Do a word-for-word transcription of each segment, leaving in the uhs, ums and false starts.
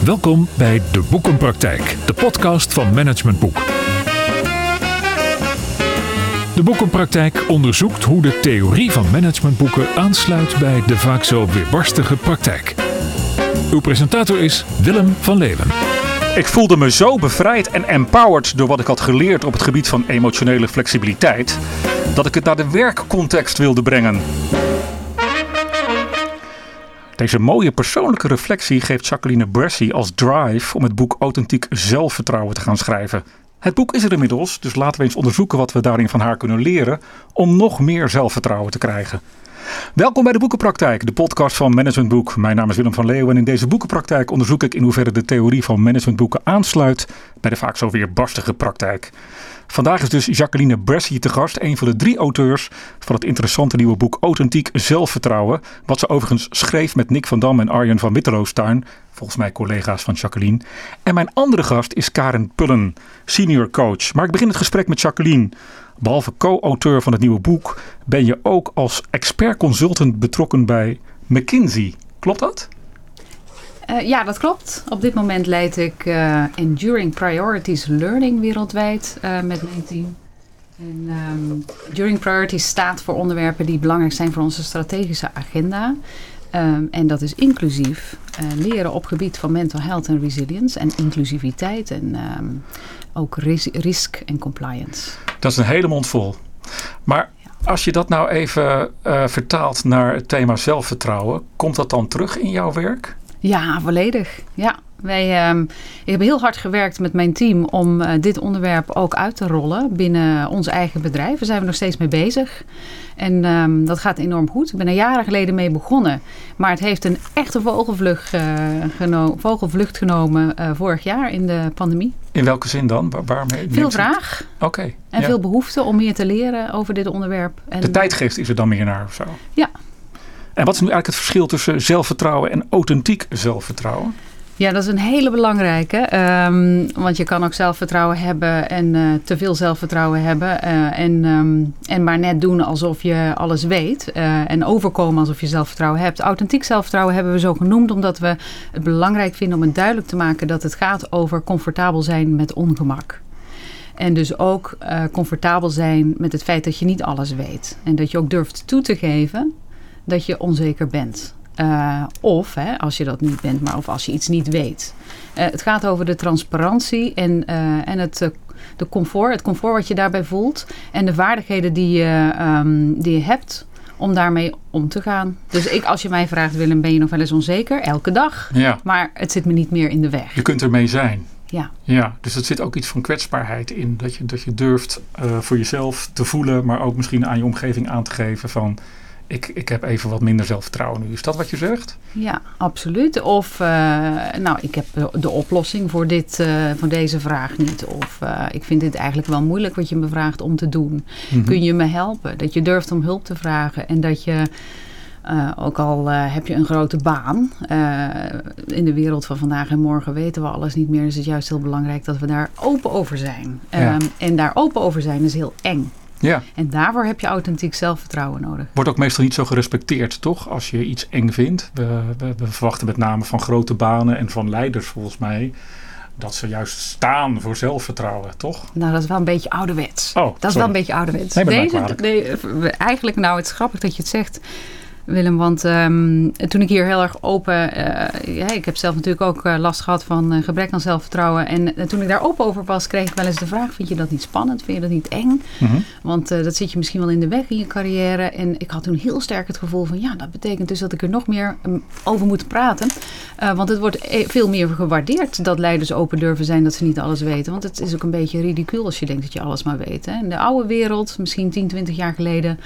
Welkom bij De Boekenpraktijk, de podcast van Management Boek. De Boekenpraktijk onderzoekt hoe de theorie van managementboeken aansluit bij de vaak zo weerbarstige praktijk. Uw presentator is Willem van Leeuwen. Ik voelde me zo bevrijd en empowered door wat ik had geleerd op het gebied van emotionele flexibiliteit, dat ik het naar de werkcontext wilde brengen. Deze mooie persoonlijke reflectie geeft Jacqueline Bressie als drive om het boek Authentiek Zelfvertrouwen te gaan schrijven. Het boek is er inmiddels, dus laten we eens onderzoeken wat we daarin van haar kunnen leren om nog meer zelfvertrouwen te krijgen. Welkom bij de Boekenpraktijk, de podcast van Management Boek. Mijn naam is Willem van Leeuwen en in deze Boekenpraktijk onderzoek ik in hoeverre de theorie van managementboeken aansluit bij de vaak zo weerbarstige praktijk. Vandaag is dus Jacqueline Bressie te gast, een van de drie auteurs van het interessante nieuwe boek Authentiek Zelfvertrouwen, wat ze overigens schreef met Nick van Dam en Arjen van Mitteloostuin, volgens mij collega's van Jacqueline. En mijn andere gast is Karen Pullen, senior coach. Maar ik begin het gesprek met Jacqueline. Behalve co-auteur van het nieuwe boek ben je ook als expert-consultant betrokken bij McKinsey. Klopt dat? Uh, ja, dat klopt. Op dit moment leid ik uh, Enduring Priorities Learning wereldwijd uh, met mijn team. En, um, Enduring Priorities staat voor onderwerpen die belangrijk zijn voor onze strategische agenda. Um, en dat is inclusief uh, leren op gebied van mental health en resilience en inclusiviteit en um, ook ris- risk en compliance. Dat is een hele mond vol. Maar als je dat nou even uh, vertaalt naar het thema zelfvertrouwen, komt dat dan terug in jouw werk? Ja, volledig. Ja. Wij um, ik heb heel hard gewerkt met mijn team om uh, dit onderwerp ook uit te rollen binnen ons eigen bedrijf. Daar zijn we nog steeds mee bezig. En um, dat gaat enorm goed. Ik ben er jaren geleden mee begonnen. Maar het heeft een echte vogelvlucht, uh, geno- vogelvlucht genomen uh, vorig jaar in de pandemie. In welke zin dan? Waar, waarmee? Veel vraag. Oké. Okay, en ja. veel behoefte om meer te leren over dit onderwerp. En de tijdgeest is er dan meer naar of zo? Ja. En wat is nu eigenlijk het verschil tussen zelfvertrouwen en authentiek zelfvertrouwen? Ja, dat is een hele belangrijke. Um, want je kan ook zelfvertrouwen hebben en uh, te veel zelfvertrouwen hebben. Uh, en, um, en maar net doen alsof je alles weet. Uh, en overkomen alsof je zelfvertrouwen hebt. Authentiek zelfvertrouwen hebben we zo genoemd omdat we het belangrijk vinden om het duidelijk te maken dat het gaat over comfortabel zijn met ongemak. En dus ook uh, comfortabel zijn met het feit dat je niet alles weet. En dat je ook durft toe te geven dat je onzeker bent. Uh, of, hè, als je dat niet bent, maar of als je iets niet weet. Uh, het gaat over de transparantie en, uh, en het, uh, de comfort, het comfort wat je daarbij voelt. En de vaardigheden die je, um, die je hebt om daarmee om te gaan. Dus ik, als je mij vraagt, Willem, ben je nog wel eens onzeker? Elke dag. Ja. Maar het zit me niet meer in de weg. Je kunt ermee zijn. Ja. Ja, dus er zit ook iets van kwetsbaarheid in. Dat je, dat je durft uh, voor jezelf te voelen, maar ook misschien aan je omgeving aan te geven van Ik, ik heb even wat minder zelfvertrouwen nu. Is dat wat je zegt? Ja, absoluut. Of, uh, nou, ik heb de oplossing voor, dit, uh, voor deze vraag niet. Of uh, ik vind dit eigenlijk wel moeilijk wat je me vraagt om te doen. Mm-hmm. Kun je me helpen? Dat je durft om hulp te vragen. En dat je, uh, ook al uh, heb je een grote baan. Uh, in de wereld van vandaag en morgen weten we alles niet meer. Dus het is juist heel belangrijk dat we daar open over zijn. Ja. Um, en daar open over zijn is heel eng. Ja. En daarvoor heb je authentiek zelfvertrouwen nodig. Wordt ook meestal niet zo gerespecteerd, toch? Als je iets eng vindt. We, we, we verwachten met name van grote banen en van leiders volgens mij dat ze juist staan voor zelfvertrouwen, toch? Nou, dat is wel een beetje ouderwets. Oh, dat sorry. is wel een beetje ouderwets. Nee, Deze, nee, eigenlijk, nou, het is grappig dat je het zegt, Willem, want um, toen ik hier heel erg open, uh, ja, ik heb zelf natuurlijk ook uh, last gehad van uh, gebrek aan zelfvertrouwen. En uh, toen ik daar open over was, kreeg ik wel eens de vraag, vind je dat niet spannend? Vind je dat niet eng? Mm-hmm. Want uh, dat zit je misschien wel in de weg in je carrière. En ik had toen heel sterk het gevoel van, ja, dat betekent dus dat ik er nog meer um, over moet praten. Uh, want het wordt e- veel meer gewaardeerd dat leiders open durven zijn, dat ze niet alles weten. Want het is ook een beetje ridicuul als je denkt dat je alles maar weet. Hè? In de oude wereld, misschien tien, twintig jaar geleden,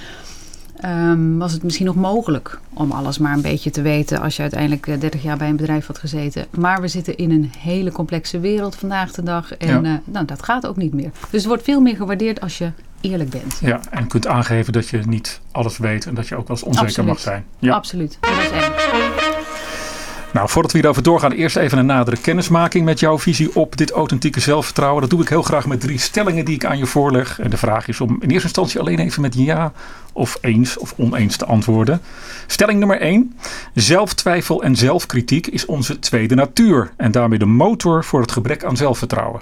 Um, was het misschien nog mogelijk om alles maar een beetje te weten als je uiteindelijk uh, dertig jaar bij een bedrijf had gezeten. Maar we zitten in een hele complexe wereld vandaag de dag en ja. uh, nou, dat gaat ook niet meer. Dus het wordt veel meer gewaardeerd als je eerlijk bent. Ja, en kunt aangeven dat je niet alles weet en dat je ook wel eens onzeker Absoluut. mag zijn. Ja. Absoluut. Dat is één. Nou, voordat we hierover doorgaan, eerst even een nadere kennismaking met jouw visie op dit authentieke zelfvertrouwen. Dat doe ik heel graag met drie stellingen die ik aan je voorleg. En de vraag is om in eerste instantie alleen even met ja of eens of oneens te antwoorden. Stelling nummer één. Zelftwijfel en zelfkritiek is onze tweede natuur. En daarmee de motor voor het gebrek aan zelfvertrouwen.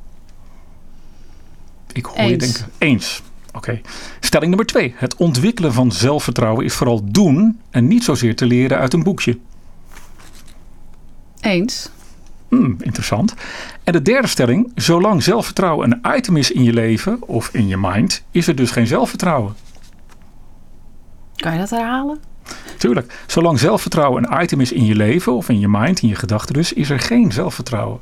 Ik hoor eens. je denken. Eens. Oké. Okay. Stelling nummer twee. Het ontwikkelen van zelfvertrouwen is vooral doen en niet zozeer te leren uit een boekje. Eens. Hmm, interessant. En de derde stelling. Zolang zelfvertrouwen een item is in je leven of in je mind, is er dus geen zelfvertrouwen. Kan je dat herhalen? Tuurlijk. Zolang zelfvertrouwen een item is in je leven of in je mind, in je gedachten dus, is er geen zelfvertrouwen.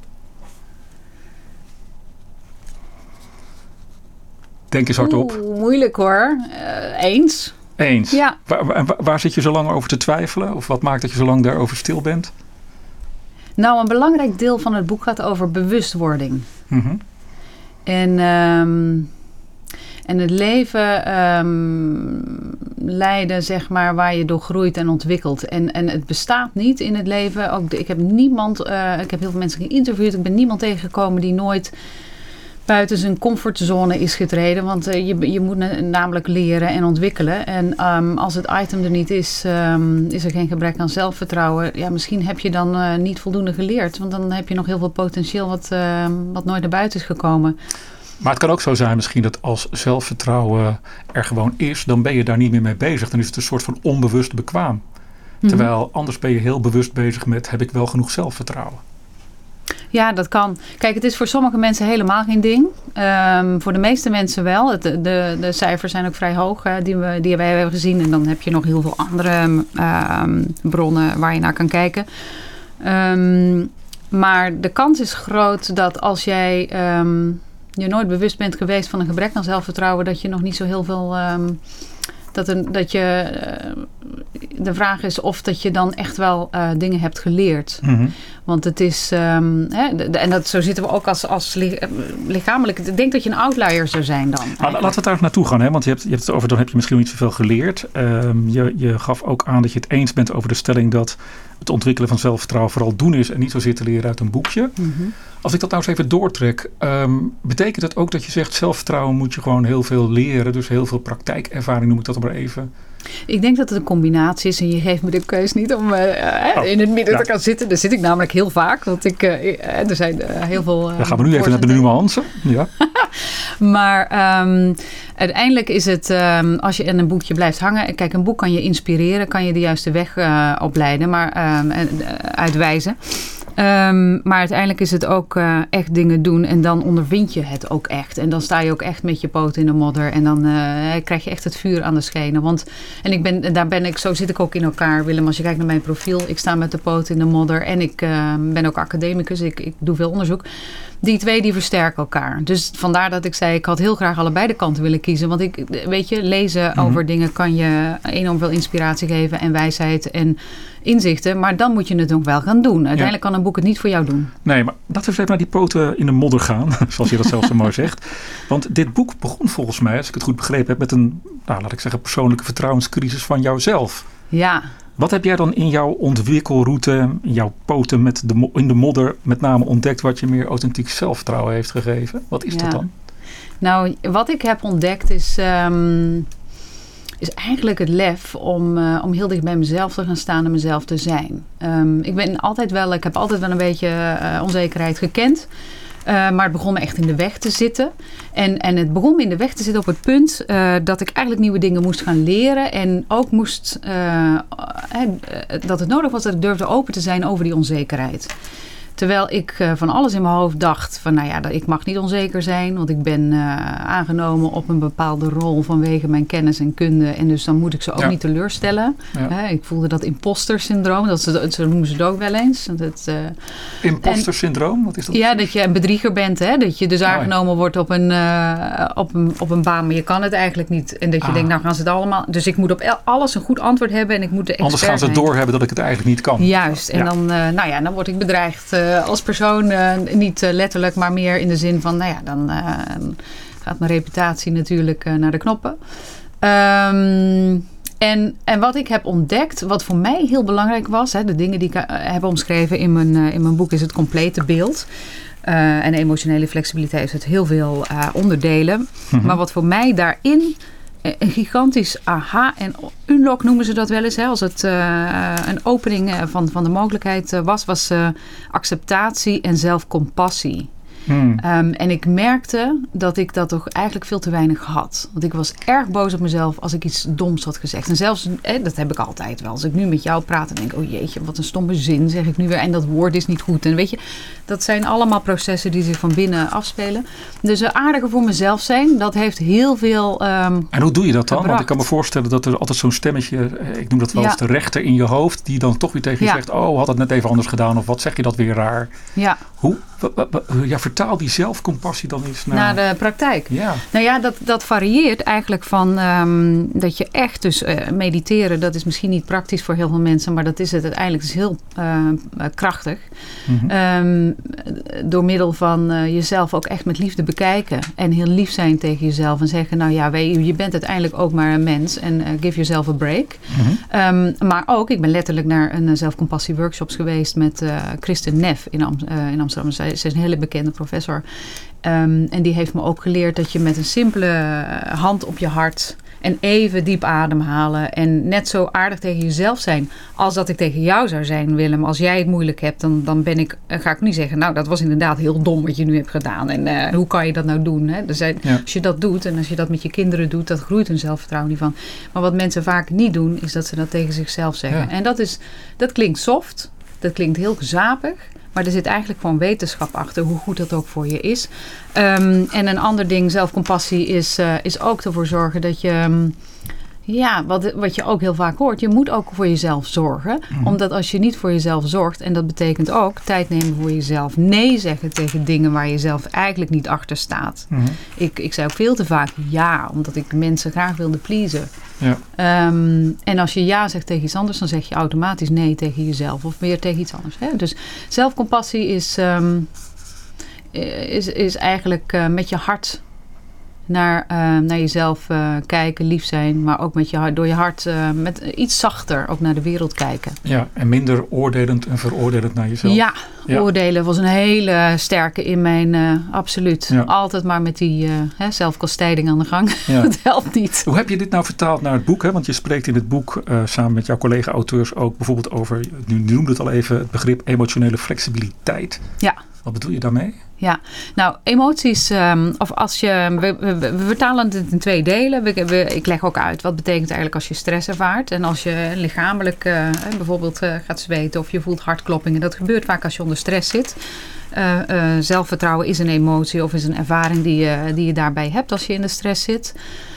Denk eens hardop. Oeh, moeilijk hoor. Uh, eens. Eens. Ja. Waar, waar, waar zit je zo lang over te twijfelen? Of wat maakt dat je zo lang daarover stil bent? Nou, een belangrijk deel van het boek gaat over bewustwording. Mm-hmm. En, um, en het leven um, leiden, zeg maar, waar je door groeit en ontwikkelt. En, en het bestaat niet in het leven. Ook de, ik heb niemand, uh, ik heb heel veel mensen geïnterviewd. Ik ben niemand tegengekomen die nooit buiten zijn comfortzone is getreden. Want uh, je, je moet na, namelijk leren en ontwikkelen. En um, als het item er niet is, um, is er geen gebrek aan zelfvertrouwen. Ja, misschien heb je dan uh, niet voldoende geleerd. Want dan heb je nog heel veel potentieel wat, uh, wat nooit naar buiten is gekomen. Maar het kan ook zo zijn misschien dat als zelfvertrouwen er gewoon is, dan ben je daar niet meer mee bezig. Dan is het een soort van onbewust bekwaam. Mm-hmm. Terwijl anders ben je heel bewust bezig met, heb ik wel genoeg zelfvertrouwen? Ja, dat kan. Kijk, het is voor sommige mensen helemaal geen ding. Um, voor de meeste mensen wel. Het, de, de cijfers zijn ook vrij hoog uh, die, we, die wij hebben gezien. En dan heb je nog heel veel andere um, bronnen waar je naar kan kijken. Um, maar de kans is groot dat als jij um, je nooit bewust bent geweest van een gebrek aan zelfvertrouwen, dat je nog niet zo heel veel Um, Dat, een, dat je, uh, de vraag is of dat je dan echt wel uh, dingen hebt geleerd. Mm-hmm. Want het is, um, hè, de, de, en dat, zo zitten we ook als, als li, lichamelijk. Ik denk dat je een outlier zou zijn dan. Maar laten we daar naartoe gaan, hè? Want je hebt, je hebt het over, dan heb je misschien niet zoveel geleerd. Um, je, je gaf ook aan dat je het eens bent over de stelling dat het ontwikkelen van zelfvertrouwen vooral doen is en niet zozeer te leren uit een boekje. Mm-hmm. Als ik dat nou eens even doortrek, um, betekent dat ook dat je zegt zelfvertrouwen moet je gewoon heel veel leren, dus heel veel praktijkervaring noem ik dat maar even? Ik denk dat het een combinatie is en je geeft me de keus niet om uh, oh, in het midden ja. te gaan zitten. Daar zit ik namelijk heel vaak, want ik, uh, er zijn uh, heel veel uh, Dan gaan we nu even naar de nuance. Ja. Maar um, uiteindelijk is het, um, als je in een boekje blijft hangen. Kijk, een boek kan je inspireren, kan je de juiste weg uh, opleiden, maar um, uh, uitwijzen. Um, maar uiteindelijk is het ook uh, echt dingen doen en dan ondervind je het ook echt. En dan sta je ook echt met je poot in de modder en dan uh, krijg je echt het vuur aan de schenen. Want, en ik ben, daar ben ik, zo zit ik ook in elkaar, Willem. Als je kijkt naar mijn profiel, ik sta met de poot in de modder en ik uh, ben ook academicus, ik, ik doe veel onderzoek. Die twee die versterken elkaar. Dus vandaar dat ik zei, ik had heel graag allebei de kanten willen kiezen. Want ik, weet je, lezen mm-hmm. over dingen kan je enorm veel inspiratie geven en wijsheid en inzichten. Maar dan moet je het ook wel gaan doen. Uiteindelijk ja. kan een boek het niet voor jou doen. Nee, maar laten we even naar die poten in de modder gaan. Zoals je dat zelf zo mooi zegt. Want dit boek begon volgens mij, als ik het goed begrepen heb, met een, nou, laat ik zeggen, persoonlijke vertrouwenscrisis van jouzelf. Ja. Wat heb jij dan in jouw ontwikkelroute, in jouw poten met de, in de modder met name ontdekt wat je meer authentiek zelfvertrouwen heeft gegeven? Wat is ja. dat dan? Nou, wat ik heb ontdekt is, um, is eigenlijk het lef om, uh, om heel dicht bij mezelf te gaan staan en mezelf te zijn. Um, ik ben altijd wel, ik heb altijd wel een beetje uh, onzekerheid gekend. Uh, maar het begon me echt in de weg te zitten. En, en het begon me in de weg te zitten op het punt uh, dat ik eigenlijk nieuwe dingen moest gaan leren. En ook moest, uh, uh, dat het nodig was dat ik durfde open te zijn over die onzekerheid. Terwijl ik uh, van alles in mijn hoofd dacht van nou ja, dat ik mag niet onzeker zijn. Want ik ben uh, aangenomen op een bepaalde rol vanwege mijn kennis en kunde. En dus dan moet ik ze ook ja. niet teleurstellen. Ja. Uh, ik voelde dat imposter syndroom. Dat, dat, dat noemen ze het ook wel eens. Dat, uh, imposter syndroom? Wat is dat? Ja, dat je een bedrieger bent. Hè? Dat je dus aangenomen oh. wordt op een, uh, op, een, op een baan. Maar je kan het eigenlijk niet. En dat je ah. denkt, nou gaan ze het allemaal. Dus ik moet op alles een goed antwoord hebben. En ik moet de expert Anders gaan ze zijn. doorhebben dat ik het eigenlijk niet kan. Juist. En ja. dan, uh, nou ja, dan word ik bedreigd. Uh, als persoon, uh, niet uh, letterlijk, maar meer in de zin van, nou ja, dan uh, gaat mijn reputatie natuurlijk uh, naar de knoppen. Um, En, en wat ik heb ontdekt, wat voor mij heel belangrijk was, hè, de dingen die ik uh, heb omschreven in mijn, uh, in mijn boek, is het complete beeld. Uh, en emotionele flexibiliteit heeft het heel veel uh, onderdelen. Mm-hmm. Maar wat voor mij daarin een gigantisch aha en unlock noemen ze dat wel eens. Hè, als het uh, een opening van, van de mogelijkheid uh, was, was uh, acceptatie en zelfcompassie. Hmm. Um, en ik merkte dat ik dat toch eigenlijk veel te weinig had. Want ik was erg boos op mezelf als ik iets doms had gezegd. En zelfs, eh, dat heb ik altijd wel. Als ik nu met jou praat en denk, oh jeetje, wat een stomme zin zeg ik nu weer. En dat woord is niet goed. En weet je, dat zijn allemaal processen die zich van binnen afspelen. Dus uh, aardiger voor mezelf zijn, dat heeft heel veel um, En hoe doe je dat dan? gebracht. Want ik kan me voorstellen dat er altijd zo'n stemmetje, ik noem dat wel eens ja. de rechter in je hoofd, die dan toch weer tegen je ja. zegt, oh, had het net even anders gedaan. Of wat zeg je dat weer raar? Ja. Hoe? Ja, vertaal die zelfcompassie dan eens naar... naar de praktijk. Ja. Nou ja, dat, dat varieert eigenlijk van um, dat je echt dus uh, mediteren, dat is misschien niet praktisch voor heel veel mensen, maar dat is het uiteindelijk is heel uh, krachtig. Mm-hmm. Um, door middel van uh, jezelf ook echt met liefde bekijken en heel lief zijn tegen jezelf en zeggen, nou ja, weet je, je bent uiteindelijk ook maar een mens en uh, give yourself a break. Mm-hmm. Um, maar ook, ik ben letterlijk naar een uh, zelfcompassie workshops geweest met uh, Kristen Neff in, Am- uh, in Amsterdam. Zij Ze is een hele bekende professor. Um, en die heeft me ook geleerd dat je met een simpele hand op je hart en even diep ademhalen en net zo aardig tegen jezelf zijn als dat ik tegen jou zou zijn, Willem. Als jij het moeilijk hebt, dan, dan ben ik, ga ik niet zeggen, nou, dat was inderdaad heel dom wat je nu hebt gedaan. En uh, hoe kan je dat nou doen? Hè? Dus, ja. Als je dat doet en als je dat met je kinderen doet, dat groeit hun zelfvertrouwen niet van. Maar wat mensen vaak niet doen, is dat ze dat tegen zichzelf zeggen. Ja. En dat, is, dat klinkt soft, dat klinkt heel gezapig. Maar er zit eigenlijk gewoon wetenschap achter, hoe goed dat ook voor je is. Um, en een ander ding, zelfcompassie, is, uh, is ook ervoor zorgen dat je... Um, ja, wat, wat je ook heel vaak hoort, je moet ook voor jezelf zorgen. Mm-hmm. Omdat als je niet voor jezelf zorgt, en dat betekent ook tijd nemen voor jezelf. Nee zeggen tegen dingen waar je zelf eigenlijk niet achter staat. Mm-hmm. Ik, ik zei ook veel te vaak ja, omdat ik mensen graag wilde pleasen. Ja. Um, en als je ja zegt tegen iets anders, dan zeg je automatisch nee tegen jezelf. Of weer tegen iets anders. Hè? Dus zelfcompassie is, um, is, is eigenlijk uh, met je hart naar, uh, naar jezelf uh, kijken, lief zijn. Maar ook met je hart, door je hart uh, met iets zachter ook naar de wereld kijken. Ja, en minder oordelend en veroordelend naar jezelf. Ja, ja. Oordelen was een hele sterke in mijn, uh, absoluut. Ja. Altijd maar met die uh, hè, zelfkastijding aan de gang. Ja. Dat helpt niet. Hoe heb je dit nou vertaald naar het boek? Hè? Want je spreekt in het boek uh, samen met jouw collega-auteurs ook bijvoorbeeld over, nu noemde het al even, het begrip emotionele flexibiliteit. Ja. Wat bedoel je daarmee? Ja, nou emoties, um, of als je, we, we, we vertalen het in twee delen. We, we, ik leg ook uit wat betekent eigenlijk als je stress ervaart. En als je lichamelijk uh, bijvoorbeeld uh, gaat zweten of je voelt hartkloppingen. Dat gebeurt vaak als je onder stress zit. Uh, uh, zelfvertrouwen is een emotie of is een ervaring die je, die je daarbij hebt als je in de stress zit.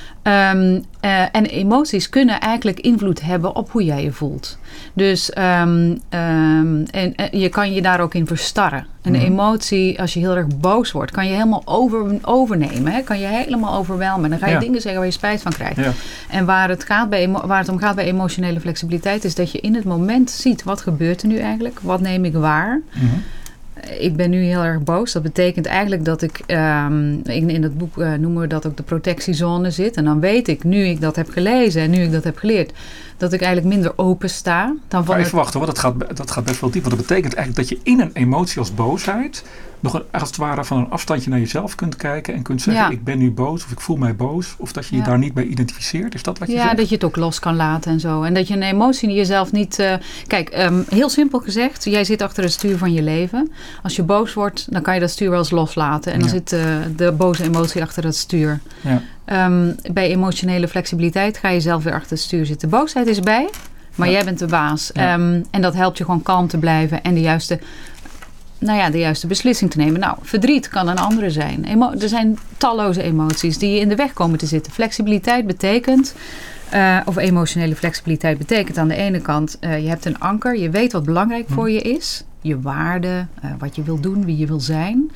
Um, uh, en emoties kunnen eigenlijk invloed hebben op hoe jij je voelt. Dus um, um, en, en je kan je daar ook in verstarren. Een mm-hmm. emotie, als je heel erg boos wordt, kan je helemaal over, overnemen. Hè? Kan je helemaal overwelmen. Dan ga je ja. dingen zeggen waar je spijt van krijgt. Ja. En waar het, gaat bij, waar het om gaat bij emotionele flexibiliteit is dat je in het moment ziet, wat gebeurt er nu eigenlijk? Wat neem ik waar? Mm-hmm. Ik ben nu heel erg boos. Dat betekent eigenlijk dat ik, um, in, in het boek uh, noemen we dat ook de protectiezone zit. En dan weet ik, nu ik dat heb gelezen en nu ik dat heb geleerd, dat ik eigenlijk minder open sta. Dan van maar even het... wachten, want dat gaat, dat gaat best wel diep. Want dat betekent eigenlijk dat je in een emotie als boosheid nog een, als het ware van een afstandje naar jezelf kunt kijken en kunt zeggen, ja. ik ben nu boos of ik voel mij boos. Of dat je je ja. daar niet bij identificeert. Is dat wat je ja, zegt? Ja, dat je het ook los kan laten en zo. En dat je een emotie die jezelf niet... Uh, kijk, um, heel simpel gezegd, jij zit achter het stuur van je leven. Als je boos wordt, dan kan je dat stuur wel eens loslaten. En dan ja. zit uh, de boze emotie achter het stuur. Ja. Um, bij emotionele flexibiliteit ga je zelf weer achter het stuur zitten. Boosheid is bij, maar ja. jij bent de baas. Ja. Um, en dat helpt je gewoon kalm te blijven en de juiste... Nou ja, de juiste beslissing te nemen. Nou, verdriet kan een andere zijn. Emo- er zijn talloze emoties die je in de weg komen te zitten. Flexibiliteit betekent, uh, of emotionele flexibiliteit betekent aan de ene kant, uh, je hebt een anker. Je weet wat belangrijk hm. voor je is. Je waarde, uh, wat je wil doen, wie je wil zijn.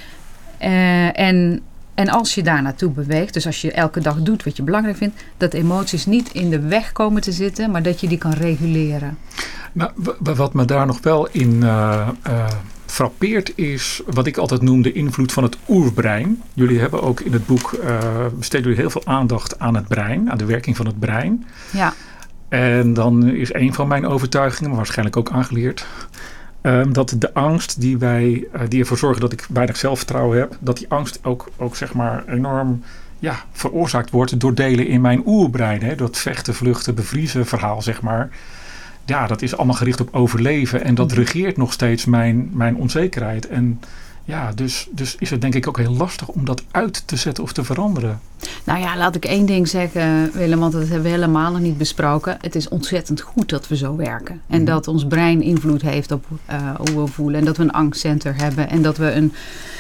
Uh, en, en als je daar naartoe beweegt, dus als je elke dag doet wat je belangrijk vindt, dat emoties niet in de weg komen te zitten, maar dat je die kan reguleren. Nou, w- wat me daar nog wel in... Uh, uh... frappeert is wat ik altijd noem de invloed van het oerbrein. Jullie hebben ook in het boek, uh, besteden jullie heel veel aandacht aan het brein, aan de werking van het brein. Ja. En dan is een van mijn overtuigingen, maar waarschijnlijk ook aangeleerd, Um, dat de angst die wij, uh, die ervoor zorgen dat ik weinig zelfvertrouwen heb, dat die angst ook, ook zeg maar enorm ja, veroorzaakt wordt door delen in mijn oerbrein. Hè? Dat vechten, vluchten, bevriezen verhaal, zeg maar. Ja, dat is allemaal gericht op overleven. En dat regeert nog steeds mijn, mijn onzekerheid. En ja, dus, dus is het denk ik ook heel lastig om dat uit te zetten of te veranderen. Nou ja, laat ik één ding zeggen, Willem, want dat hebben we helemaal nog niet besproken. Het is ontzettend goed dat we zo werken. En mm. dat ons brein invloed heeft op uh, hoe we voelen. En dat we een angstcenter hebben. En dat we een,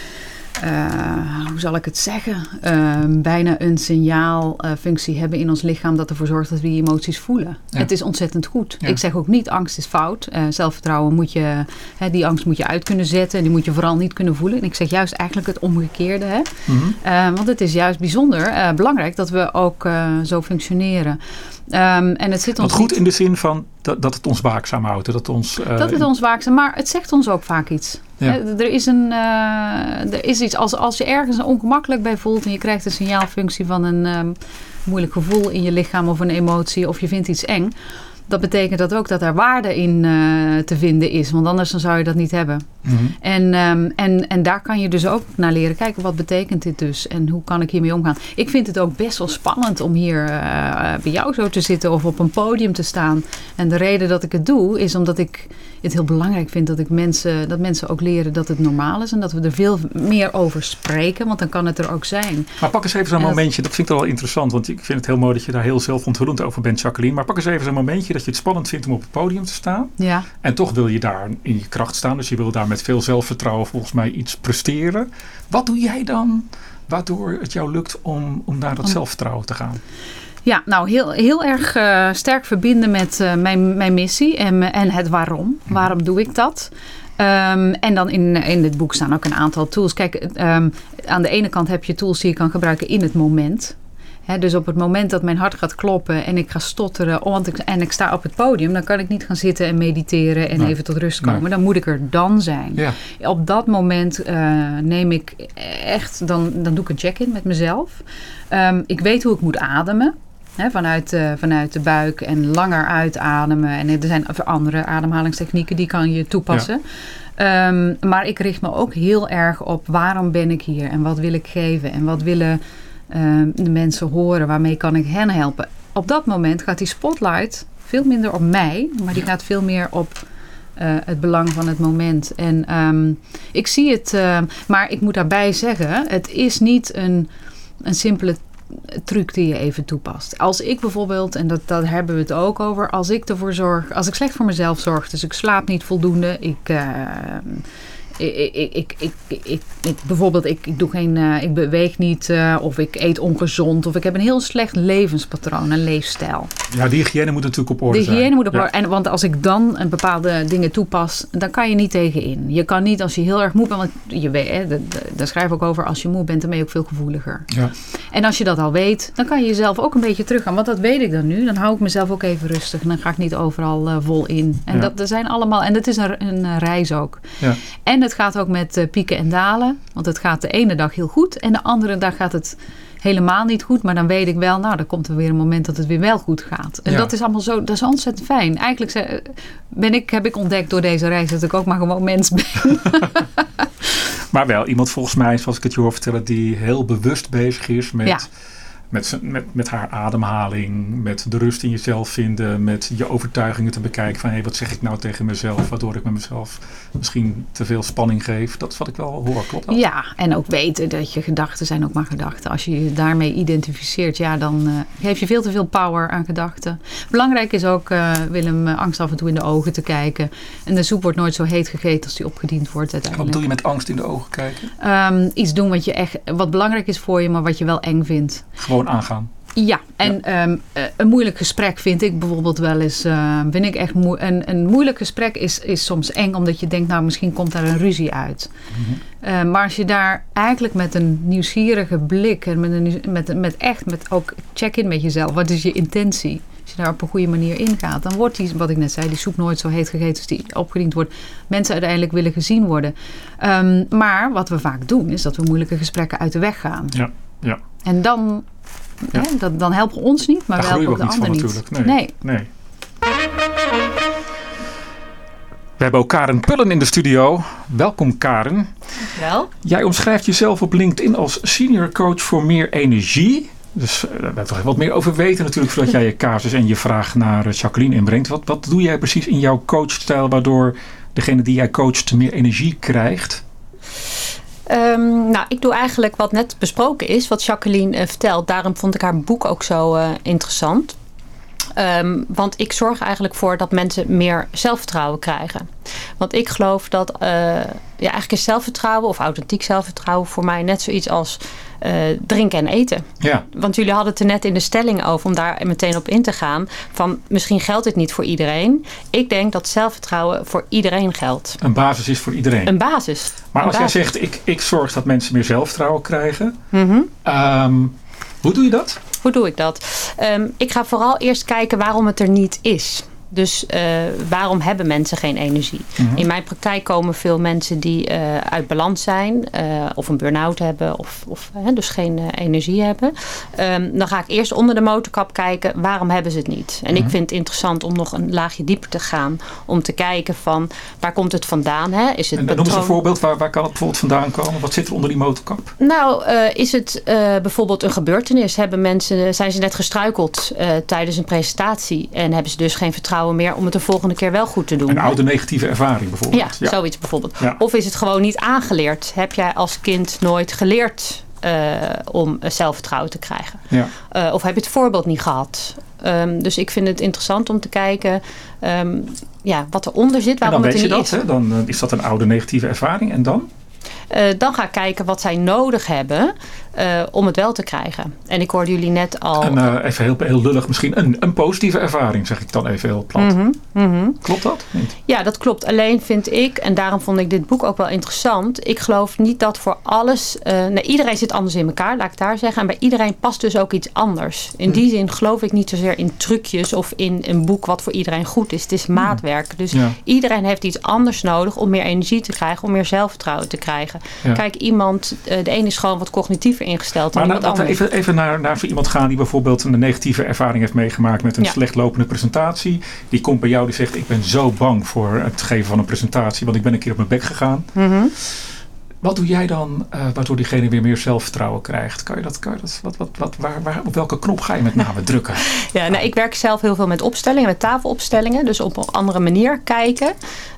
uh, hoe zal ik het zeggen, uh, bijna een signaalfunctie uh, hebben in ons lichaam dat ervoor zorgt dat we die emoties voelen. Ja. Het is ontzettend goed. Ja. Ik zeg ook niet, angst is fout. Uh, zelfvertrouwen moet je, hè, die angst moet je uit kunnen zetten. En die moet je vooral niet kunnen voelen. En ik zeg juist eigenlijk het omgekeerde. Hè? Mm-hmm. Uh, want het is juist bijzonder uh, belangrijk dat we ook uh, zo functioneren. Um, en het zit ons Wat goed niet... in de zin van dat, dat het ons waakzaam houdt. Dat het ons, uh, dat het ons waakzaam, maar het zegt ons ook vaak iets. Ja. He, er, is een, uh, er is iets, als, als je ergens ongemakkelijk bij voelt en je krijgt een signaalfunctie van een um, moeilijk gevoel in je lichaam of een emotie of je vindt iets eng. Dat betekent dat ook dat er waarde in uh, te vinden is. Want anders dan zou je dat niet hebben. Mm-hmm. En, um, en, en daar kan je dus ook naar leren kijken. Wat betekent dit dus? En hoe kan ik hiermee omgaan? Ik vind het ook best wel spannend om hier uh, bij jou zo te zitten. Of op een podium te staan. En de reden dat ik het doe is omdat ik het heel belangrijk vind. Dat, ik mensen, dat mensen ook leren dat het normaal is. En dat we er veel meer over spreken. Want dan kan het er ook zijn. Maar pak eens even zo'n en momentje. Dat vind ik wel interessant. Want ik vind het heel mooi dat je daar heel zelfonthullend over bent, Jacqueline. Maar pak eens even zo'n momentje dat je het spannend vindt om op het podium te staan. Ja. En toch wil je daar in je kracht staan. Dus je wil daar met veel zelfvertrouwen volgens mij iets presteren. Wat doe jij dan waardoor het jou lukt om, om naar dat om... zelfvertrouwen te gaan? Ja, nou heel, heel erg uh, sterk verbinden met uh, mijn, mijn missie en, en het waarom. Hmm. Waarom doe ik dat? Um, en dan in, in dit boek staan ook een aantal tools. Kijk, um, aan de ene kant heb je tools die je kan gebruiken in het moment. He, dus op het moment dat mijn hart gaat kloppen en ik ga stotteren want ik, en ik sta op het podium, dan kan ik niet gaan zitten en mediteren en nee. even tot rust komen. Nee. Dan moet ik er dan zijn. Ja. Op dat moment uh, neem ik echt, dan, dan doe ik een check-in met mezelf. Um, ik weet hoe ik moet ademen. He, vanuit, uh, vanuit de buik en langer uitademen. En er zijn andere ademhalingstechnieken die kan je toepassen. Ja. Um, maar ik richt me ook heel erg op waarom ben ik hier en wat wil ik geven en wat willen Uh, de mensen horen, waarmee kan ik hen helpen. Op dat moment gaat die spotlight veel minder op mij, maar die gaat veel meer op uh, het belang van het moment. En um, ik zie het, uh, maar ik moet daarbij zeggen, het is niet een, een simpele truc die je even toepast. Als ik bijvoorbeeld, en dat, daar hebben we het ook over, als ik ervoor zorg, als ik slecht voor mezelf zorg, dus ik slaap niet voldoende, ik... Uh, Ik, ik, ik, ik, ik, ik, bijvoorbeeld, ik, ik, doe geen, uh, ik beweeg niet uh, of ik eet ongezond of ik heb een heel slecht levenspatroon, een leefstijl. Ja, die hygiëne moet natuurlijk op orde de zijn. De hygiëne moet op orde. Ja. En, want als ik dan een bepaalde dingen toepas, dan kan je niet tegenin. Je kan niet als je heel erg moe bent, want je weet, hè, de, de, daar schrijf ik ook over, als je moe bent, dan ben je ook veel gevoeliger. Ja. En als je dat al weet, dan kan je jezelf ook een beetje teruggaan. Want dat weet ik dan nu. Dan hou ik mezelf ook even rustig. En dan ga ik niet overal uh, vol in. En ja. dat, dat zijn allemaal, en dat is een, een reis ook. Ja. En het gaat ook met uh, pieken en dalen. Want het gaat de ene dag heel goed. En de andere dag gaat het helemaal niet goed. Maar dan weet ik wel, nou, dan komt er weer een moment dat het weer wel goed gaat. En ja. dat is allemaal zo, dat is ontzettend fijn. Eigenlijk ben ik, heb ik ontdekt door deze reis dat ik ook maar gewoon mens ben. Maar wel iemand volgens mij, zoals ik het je hoor vertellen, die heel bewust bezig is met... Ja. Met, met, met haar ademhaling, met de rust in jezelf vinden, met je overtuigingen te bekijken van hé, hey, wat zeg ik nou tegen mezelf, waardoor ik met mezelf misschien te veel spanning geef. Dat is wat ik wel hoor, klopt dat? Ja, en ook weten dat je gedachten zijn ook maar gedachten. Als je je daarmee identificeert, ja, dan uh, geef je veel te veel power aan gedachten. Belangrijk is ook, uh, Willem, uh, angst af en toe in de ogen te kijken. En de soep wordt nooit zo heet gegeten als die opgediend wordt uiteindelijk. En wat doe je met angst in de ogen kijken? Um, iets doen wat je echt, wat belangrijk is voor je, maar wat je wel eng vindt. Gewoon aangaan. Ja, en ja. Um, een moeilijk gesprek vind ik bijvoorbeeld wel eens, uh, vind ik echt moe- een, een moeilijk gesprek is, is soms eng, omdat je denkt, nou, misschien komt daar een ruzie uit. Mm-hmm. Uh, maar als je daar eigenlijk met een nieuwsgierige blik en met, een, met, met echt, met ook check-in met jezelf, wat is je intentie? Als je daar op een goede manier ingaat, dan wordt die, wat ik net zei, die soep nooit zo heet gegeten als die opgediend wordt. Mensen uiteindelijk willen gezien worden. Um, maar wat we vaak doen, is dat we moeilijke gesprekken uit de weg gaan. Ja, ja. En dan... Ja. Ja, dat, dan helpen we ons niet, maar daar wel helpen ook de niet ander van, niet. Natuurlijk. Nee, nee. nee. We hebben ook Karen Pullen in de studio. Welkom Karen. Wel. Jij omschrijft jezelf op LinkedIn als senior coach voor meer energie. Dus uh, daar wil je wat meer over weten natuurlijk voordat jij je casus en je vraag naar uh, Jacqueline inbrengt. Wat, wat doe jij precies in jouw coachstijl waardoor degene die jij coacht meer energie krijgt? Um, nou, ik doe eigenlijk wat net besproken is, wat Jacqueline uh, vertelt. Daarom vond ik haar boek ook zo uh, interessant. Um, want ik zorg eigenlijk voor dat mensen meer zelfvertrouwen krijgen. Want ik geloof dat uh, ja, eigenlijk is zelfvertrouwen of authentiek zelfvertrouwen voor mij net zoiets als uh, drinken en eten. Ja. Want jullie hadden het er net in de stelling over om daar meteen op in te gaan. Van misschien geldt het niet voor iedereen. Ik denk dat zelfvertrouwen voor iedereen geldt. Een basis is voor iedereen. Een basis. Maar een als basis. jij zegt ik, ik zorg dat mensen meer zelfvertrouwen krijgen. Mm-hmm. Um, hoe doe je dat? Hoe doe ik dat? Um, ik ga vooral eerst kijken waarom het er niet is. Dus uh, waarom hebben mensen geen energie? Mm-hmm. In mijn praktijk komen veel mensen die uh, uit balans zijn. Uh, of een burn-out hebben. Of, of uh, dus geen uh, energie hebben. Um, dan ga ik eerst onder de motorkap kijken. Waarom hebben ze het niet? En mm-hmm. ik vind het interessant om nog een laagje dieper te gaan. Om te kijken van waar komt het vandaan? Hè? Is het en noem eens een voorbeeld. Waar, waar kan het bijvoorbeeld vandaan komen? Wat zit er onder die motorkap? Nou, uh, is het uh, bijvoorbeeld een gebeurtenis? Hebben mensen, zijn ze net gestruikeld uh, tijdens een presentatie? En hebben ze dus geen vertrouwen meer om het de volgende keer wel goed te doen. Een oude negatieve ervaring bijvoorbeeld. Ja, ja. zoiets bijvoorbeeld. Ja. Of is het gewoon niet aangeleerd? Heb jij als kind nooit geleerd uh, om zelfvertrouwen te krijgen? Ja. Uh, of heb je het voorbeeld niet gehad? Um, dus ik vind het interessant om te kijken um, ja, wat eronder zit, waarom het er niet dat, is. Hè? Dan uh, is dat een oude negatieve ervaring. En dan? Uh, dan ga ik kijken wat zij nodig hebben uh, om het wel te krijgen. En ik hoorde jullie net al... En uh, even heel, heel lullig misschien, een, een positieve ervaring zeg ik dan even heel plat. Mm-hmm, mm-hmm. Klopt dat? Niet? Ja, dat klopt. Alleen vind ik, en daarom vond ik dit boek ook wel interessant. Ik geloof niet dat voor alles... Uh, nee, iedereen zit anders in elkaar, laat ik daar zeggen. En bij iedereen past dus ook iets anders. In die zin geloof ik niet zozeer in trucjes of in een boek wat voor iedereen goed is. Het is maatwerk. Dus ja. iedereen heeft iets anders nodig om meer energie te krijgen, om meer zelfvertrouwen te krijgen. Ja. Kijk, iemand, de een is gewoon wat cognitiever ingesteld dan maar iemand nou, anders. Even, even naar, naar zo iemand gaan die bijvoorbeeld een negatieve ervaring heeft meegemaakt met een ja. slecht lopende presentatie. Die komt bij jou, die zegt ik ben zo bang voor het geven van een presentatie, want ik ben een keer op mijn bek gegaan. Mm-hmm. Wat doe jij dan uh, waardoor diegene weer meer zelfvertrouwen krijgt? Kan je dat, kan je dat, wat, wat, wat, waar, waar, op welke knop ga je met name drukken? Ja, nou, ik werk zelf heel veel met opstellingen, met tafelopstellingen. Dus op een andere manier kijken.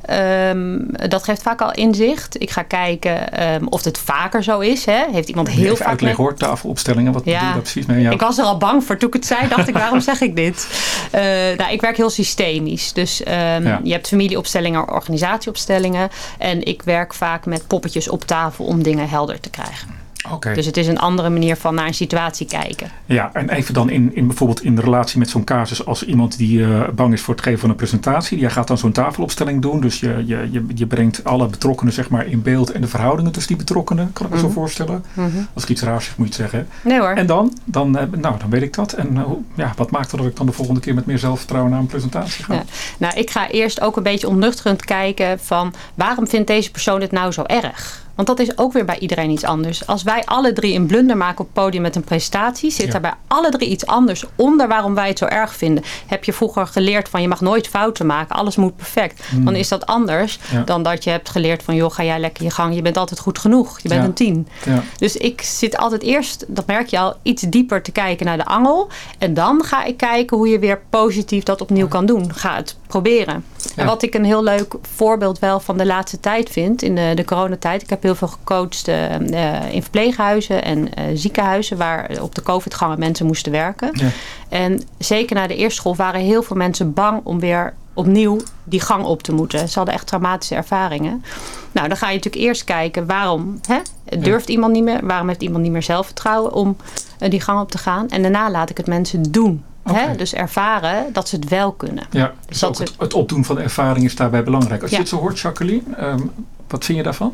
Um, dat geeft vaak al inzicht. Ik ga kijken um, of het vaker zo is. Hè? Heeft iemand heel Even vaak... uitleggen hoor, tafelopstellingen. Wat ja, bedoel je daar precies mee? Ja. Ik was er al bang voor. Toen ik het zei, dacht ik, waarom zeg ik dit? Uh, nou, ik werk heel systemisch. Dus um, ja. je hebt familieopstellingen, organisatieopstellingen. En ik werk vaak met poppetjes op tafel om dingen helder te krijgen. Okay. Dus het is een andere manier van naar een situatie kijken. Ja, en even dan in, in bijvoorbeeld in de relatie met zo'n casus als iemand die uh, bang is voor het geven van een presentatie. Jij gaat dan zo'n tafelopstelling doen. Dus je, je, je, je brengt alle betrokkenen zeg maar in beeld en de verhoudingen tussen die betrokkenen. Kan ik me mm-hmm. zo voorstellen. Mm-hmm. Als ik iets raars zeg, moet je het zeggen. Nee hoor. En dan, dan, uh, nou, dan weet ik dat. En uh, ja, wat maakt er dat ik dan de volgende keer met meer zelfvertrouwen naar een presentatie ga? Ja. Nou, ik ga eerst ook een beetje onnuchterend kijken van waarom vindt deze persoon dit nou zo erg? Want dat is ook weer bij iedereen iets anders. Als wij alle drie een blunder maken op het podium met een presentatie, zit ja. er bij alle drie iets anders onder waarom wij het zo erg vinden. Heb je vroeger geleerd van je mag nooit fouten maken, alles moet perfect. Mm. Dan is dat anders ja. dan dat je hebt geleerd van joh, ga jij lekker je gang, je bent altijd goed genoeg. Je bent ja. een tien. Ja. Dus ik zit altijd eerst, dat merk je al, iets dieper te kijken naar de angel. En dan ga ik kijken hoe je weer positief dat opnieuw kan doen. Ga het proberen. Ja. En wat ik een heel leuk voorbeeld wel van de laatste tijd vind, in de, de coronatijd. Ik heb heel veel gecoacht uh, in verpleeghuizen en uh, ziekenhuizen waar op de COVID-gangen mensen moesten werken. Ja. En zeker na de eerste golf waren heel veel mensen bang om weer opnieuw die gang op te moeten. Ze hadden echt traumatische ervaringen. Nou, dan ga je natuurlijk eerst kijken waarom hè? durft ja. iemand niet meer, waarom heeft iemand niet meer zelfvertrouwen om uh, die gang op te gaan. En daarna laat ik het mensen doen. Okay. Hè? Dus ervaren dat ze het wel kunnen. Ja, dus, dus ook het, het opdoen van de ervaring is daarbij belangrijk. Als ja. je het zo hoort, Jacqueline, um, wat vind je daarvan?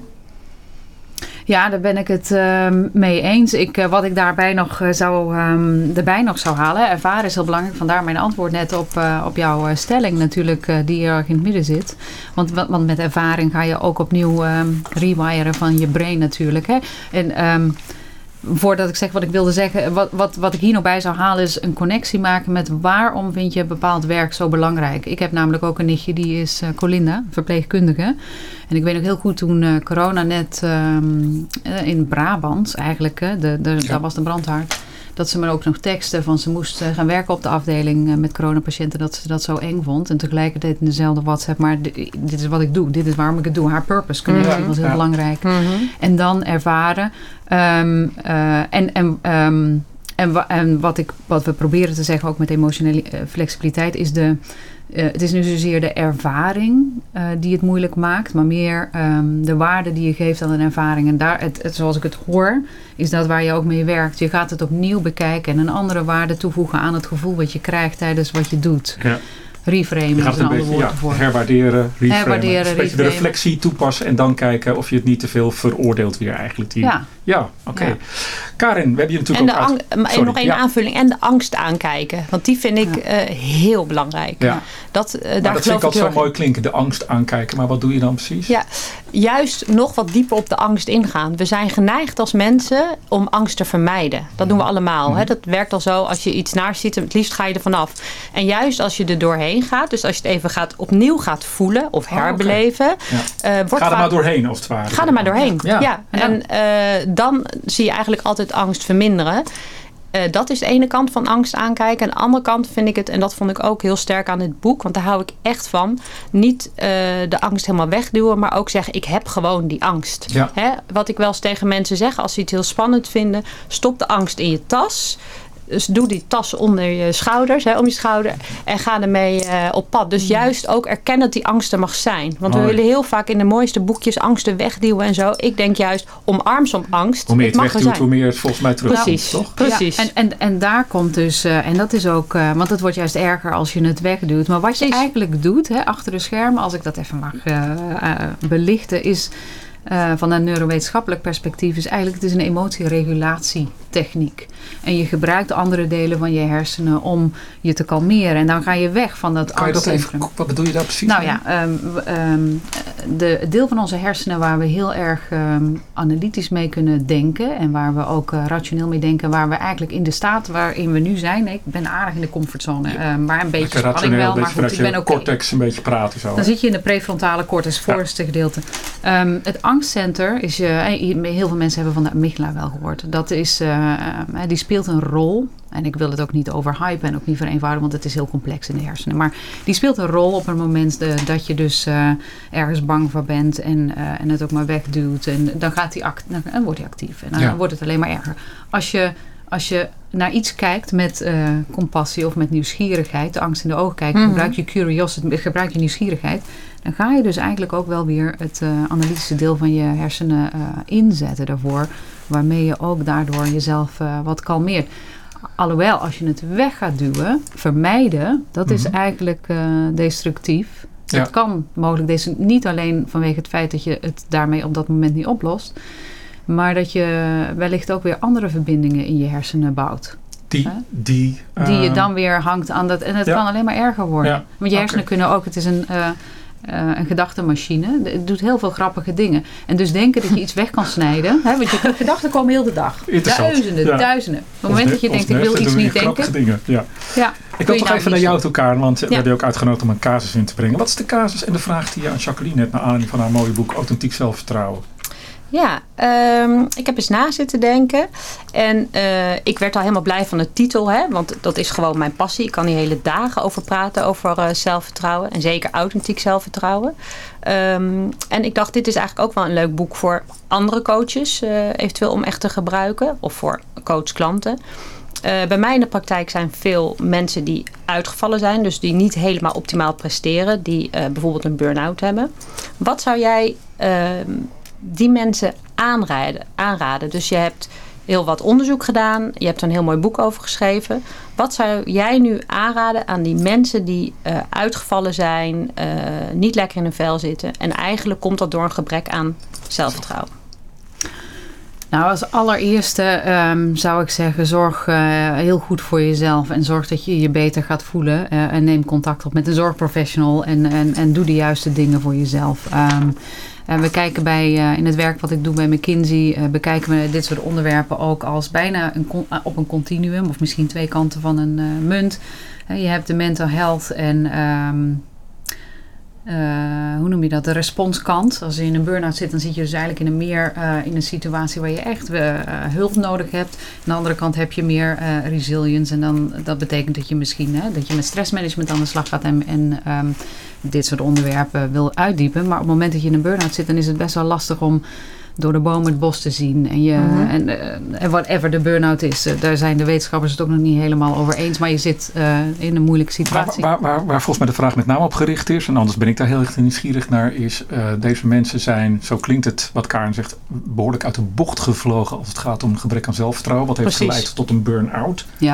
Ja, daar ben ik het uh, mee eens. Ik, uh, wat ik daarbij nog uh, zou, um, erbij nog zou halen. Ervaren is heel belangrijk. Vandaar mijn antwoord net op, uh, op jouw uh, stelling natuurlijk. Uh, die er in het midden zit. Want, want met ervaring ga je ook opnieuw um, rewiren van je brain natuurlijk. Hè? En um, voordat ik zeg wat ik wilde zeggen, wat, wat, wat ik hier nog bij zou halen is een connectie maken met waarom vind je bepaald werk zo belangrijk. Ik heb namelijk ook een nichtje, die is uh, Colinda, verpleegkundige. En ik weet nog heel goed toen uh, corona net um, in Brabant eigenlijk, hè, de, de, ja. daar was de brandhaard. Dat ze me ook nog teksten van ze moest uh, gaan werken op de afdeling uh, met coronapatiënten. Dat ze dat zo eng vond. En tegelijkertijd in dezelfde WhatsApp. Maar d- dit is wat ik doe. Dit is waarom ik het doe. Haar purpose connectie mm-hmm. was heel ja. belangrijk. Mm-hmm. En dan ervaren. Um, uh, en, en, um, en, wa- en wat, ik, wat we proberen te zeggen ook met emotionele uh, flexibiliteit is de... Uh, het is nu zozeer de ervaring uh, die het moeilijk maakt, maar meer um, de waarde die je geeft aan een ervaring. En daar, het, het, zoals ik het hoor, is dat waar je ook mee werkt. Je gaat het opnieuw bekijken en een andere waarde toevoegen aan het gevoel wat je krijgt tijdens wat je doet. Ja. Reframen is een ander woord ervoor. Ja, herwaarderen, reframen. herwaarderen dus een beetje de reflectie toepassen en dan kijken of je het niet te veel veroordeelt weer eigenlijk. Die... Ja, ja oké. Okay. Ja. Karin, we hebben je natuurlijk en ook... Ang- uit... Sorry, nog één ja. aanvulling. En de angst aankijken. Want die vind ik ja. uh, heel belangrijk. Ja. Dat, uh, daar dat vind ik altijd zo mooi klinken, de angst aankijken. Maar wat doe je dan precies? Ja, juist nog wat dieper op de angst ingaan. We zijn geneigd als mensen om angst te vermijden. Dat doen we allemaal. Mm-hmm. Hè? Dat werkt al zo. Als je iets naars ziet, het liefst ga je er vanaf. En juist als je er doorheen gaat, dus als je het even gaat, opnieuw gaat voelen of herbeleven. Oh, okay. ja. uh, wordt ga er maar doorheen als het ware. Ga er maar doorheen. Ja. Ja. Ja. En uh, dan zie je eigenlijk altijd angst verminderen. Uh, dat is de ene kant van angst aankijken. En de andere kant vind ik het, en dat vond ik ook heel sterk aan dit boek, want daar hou ik echt van, niet uh, de angst helemaal wegduwen, maar ook zeggen, ik heb gewoon die angst. Ja. Hè? Wat ik wel eens tegen mensen zeg, als ze iets heel spannend vinden, stop de angst in je tas. Dus doe die tas onder je schouders, hè, om je schouder. En ga ermee uh, op pad. Dus juist ook erkennen dat die angst er mag zijn. Want Mooi. we willen heel vaak in de mooiste boekjes angsten wegduwen en zo. Ik denk juist, omarm soms angst. Hoe meer je het, het wegduwt, hoe meer het volgens mij terug Precies, toch? Precies. Ja, en, en, en daar komt dus, uh, en dat is ook, uh, want het wordt juist erger als je het wegduwt. Maar wat je Precies. eigenlijk doet, hè, achter de schermen, als ik dat even mag uh, uh, belichten, is... Uh, van een neurowetenschappelijk perspectief is eigenlijk, het is een emotieregulatietechniek. En je gebruikt andere delen van je hersenen om je te kalmeren. En dan ga je weg van dat kan angstcentrum. Je dat even, wat bedoel je daar precies? Nou ja, um, um, de, het deel van onze hersenen waar we heel erg um, analytisch mee kunnen denken. En waar we ook uh, rationeel mee denken. Waar we eigenlijk in de staat waarin we nu zijn. Nee, ik ben aardig in de comfortzone. Ja. Um, maar een beetje spanning wel. Maar goed, ik ben ook cortex een beetje praten zo. Dan zit je in de prefrontale cortex, voorste ja. gedeelte. Um, het angstcenter is je, heel veel mensen hebben van de amygdala wel gehoord. Dat is, uh, die speelt een rol. En ik wil het ook niet overhypen en ook niet vereenvoudigen, want het is heel complex in de hersenen. Maar die speelt een rol op het moment de, dat je dus uh, ergens bang voor bent en, uh, en het ook maar wegduwt. En dan, gaat die act, dan wordt hij actief en dan ja. wordt het alleen maar erger. Als je, als je naar iets kijkt met uh, compassie of met nieuwsgierigheid, de angst in de ogen kijkt, mm-hmm. gebruik je curiosity, gebruik je nieuwsgierigheid, dan ga je dus eigenlijk ook wel weer het uh, analytische deel van je hersenen uh, inzetten daarvoor, waarmee je ook daardoor jezelf uh, wat kalmeert. Alhoewel, als je het weg gaat duwen, vermijden, dat mm-hmm. is eigenlijk uh, destructief. Ja. Het kan mogelijk deze, niet alleen vanwege het feit dat je het daarmee op dat moment niet oplost, maar dat je wellicht ook weer andere verbindingen in je hersenen bouwt. Die, huh? die, uh, die je dan weer hangt aan dat. En het ja. kan alleen maar erger worden. Ja. Want je hersenen okay. kunnen ook, het is een... Uh, Uh, een gedachtenmachine. Het doet heel veel grappige dingen. En dus denken dat je iets weg kan snijden. Hè, want je gedachten komen heel de dag. Duizenden, ja. duizenden. Op het moment dat je denkt, ik wil iets niet denken. Dingen. Ja. Ja, ik wil toch nou even naar jou toe, Karen. Want ja. we hebben je ook uitgenodigd om een casus in te brengen. Wat is de casus en de vraag die je aan Jacqueline hebt naar aanleiding van haar mooie boek Authentiek Zelfvertrouwen? Ja, um, ik heb eens na zitten denken. En uh, ik werd al helemaal blij van de titel. Hè, want dat is gewoon mijn passie. Ik kan hier hele dagen over praten. Over uh, zelfvertrouwen. En zeker authentiek zelfvertrouwen. Um, en ik dacht, dit is eigenlijk ook wel een leuk boek voor andere coaches. Uh, eventueel om echt te gebruiken. Of voor coachklanten. Uh, bij mij in de praktijk zijn veel mensen die uitgevallen zijn. Dus die niet helemaal optimaal presteren. Die uh, bijvoorbeeld een burn-out hebben. Wat zou jij... Uh, die mensen aanraden, aanraden. Dus je hebt heel wat onderzoek gedaan. Je hebt er een heel mooi boek over geschreven. Wat zou jij nu aanraden aan die mensen die uh, uitgevallen zijn, uh, niet lekker in hun vel zitten en eigenlijk komt dat door een gebrek aan zelfvertrouwen? Nou, als allereerste um, zou ik zeggen, zorg uh, heel goed voor jezelf. En zorg dat je je beter gaat voelen. Uh, en neem contact op met een zorgprofessional. En, en, en doe de juiste dingen voor jezelf. Um, uh, we kijken bij, uh, in het werk wat ik doe bij McKinsey, uh, bekijken we dit soort onderwerpen ook als bijna een, op een continuum. Of misschien twee kanten van een uh, munt. Uh, je hebt de mental health en... Um, Uh, hoe noem je dat? De responskant. Als je in een burn-out zit, dan zit je dus eigenlijk in een meer uh, in een situatie waar je echt uh, hulp nodig hebt. Aan de andere kant heb je meer uh, resilience. En dan, dat betekent dat je misschien hè, dat je met stressmanagement aan de slag gaat en, en um, dit soort onderwerpen wil uitdiepen. Maar op het moment dat je in een burn-out zit, dan is het best wel lastig om door de bomen het bos te zien. En, je, mm-hmm. en, uh, en whatever de burn-out is, uh, daar zijn de wetenschappers het ook nog niet helemaal over eens. Maar je zit uh, in een moeilijke situatie. Waar, waar, waar, waar volgens mij de vraag met name op gericht is, en anders ben ik daar heel erg nieuwsgierig naar, is uh, deze mensen zijn, zo klinkt het wat Karen zegt, behoorlijk uit de bocht gevlogen als het gaat om een gebrek aan zelfvertrouwen. Wat heeft Precies. geleid tot een burn-out. Ja.